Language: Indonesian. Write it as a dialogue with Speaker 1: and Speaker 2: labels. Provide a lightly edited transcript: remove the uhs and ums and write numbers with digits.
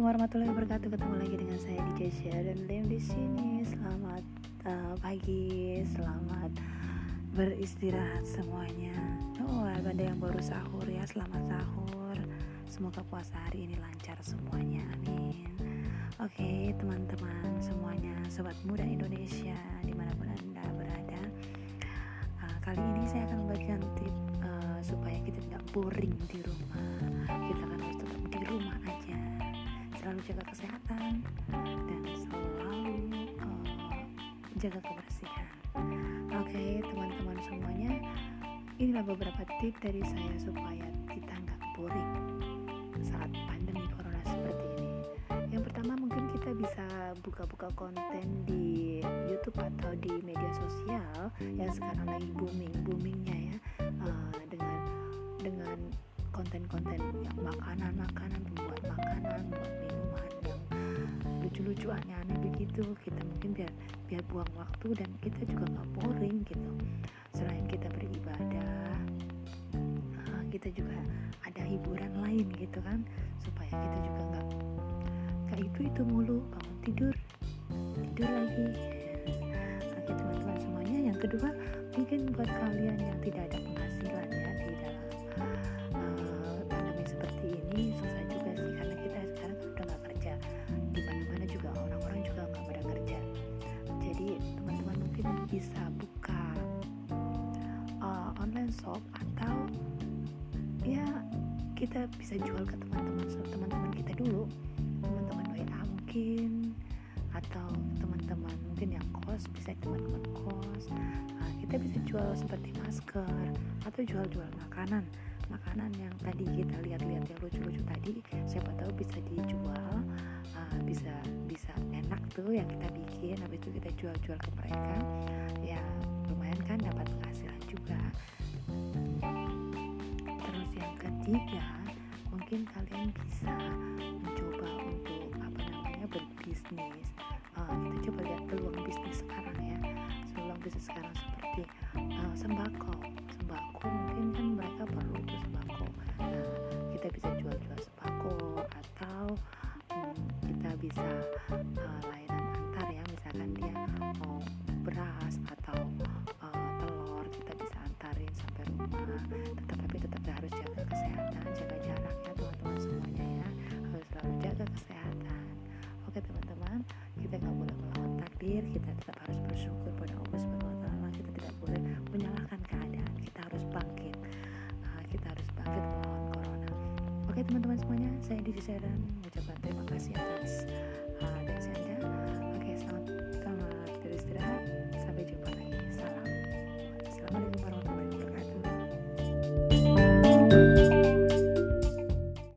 Speaker 1: warahmatullahi wabarakatuh. Ketemu lagi dengan saya DJ Sharon Lim di sini. Selamat pagi, selamat beristirahat semuanya. Ada yang baru sahur ya, selamat sahur. Semoga puasa hari ini lancar semuanya, amin. Oke, teman-teman semuanya, sobat muda Indonesia dimanapun Anda berada, kali ini saya akan membagikan tips supaya kita tidak boring di rumah. Kita akan harus tetap di rumah aja, selalu jaga kesehatan dan selalu jaga kebersihan. Oke, teman-teman semuanya, inilah beberapa tips dari saya supaya kita nggak boring saat pandemi corona seperti ini. Yang pertama, mungkin kita bisa buka-buka konten di YouTube atau di media sosial yang sekarang lagi boomingnya ya, dengan konten-konten yang makanan, membuat makanan, buat minuman yang lucu-lucu, aneh-aneh begitu. Kita mungkin biar buang waktu dan kita juga nggak boring gitu. Selain kita beribadah, kita juga ada hiburan lain gitu kan, supaya kita juga nggak itu mulu, bangun tidur lagi. Oke teman-teman semuanya, yang kedua mungkin buat kalian yang tidak ada penghasilan ya di dalam pandemi seperti ini, susah juga sih karena kita sekarang udah nggak kerja, di mana-mana juga orang-orang juga nggak pada kerja. Jadi teman-teman mungkin bisa buka online shop, atau ya kita bisa jual ke teman-teman kita dulu, teman-teman WA mungkin, atau teman-teman mungkin yang kos, bisa teman-teman kos. Kita bisa jual seperti masker, atau jual-jual makanan yang tadi kita lihat-lihat yang lucu-lucu tadi, siapa tahu bisa dijual, bisa enak tuh yang kita bikin, habis itu kita jual-jual ke mereka, ya lumayan kan, dapat penghasilan juga. Terus yang ketiga, mungkin kalian bisa mencoba untuk berbisnis. Kita coba lihat peluang bisnis sekarang ya, seperti sembako mungkin kan mereka perlu itu sembako. Kita bisa jual sembako, atau kita bisa layanan antar ya, misalkan dia mau beras atau telur, kita bisa antarin sampai rumah. Tapi tetap harus jaga kesehatan, jaga jarak ya teman-teman semuanya ya, harus selalu jaga kesehatan. Oke teman-teman, kita nggak boleh melawan takdir, kita tetap harus bersyukur pada Allah Subhanahu Wa Taala. Kita tidak boleh menyalahkan keadaan, kita harus bangkit melawan corona. Oke teman-teman semuanya, saya DJ Sharon mengucapkan terima kasih atas atensi Anda.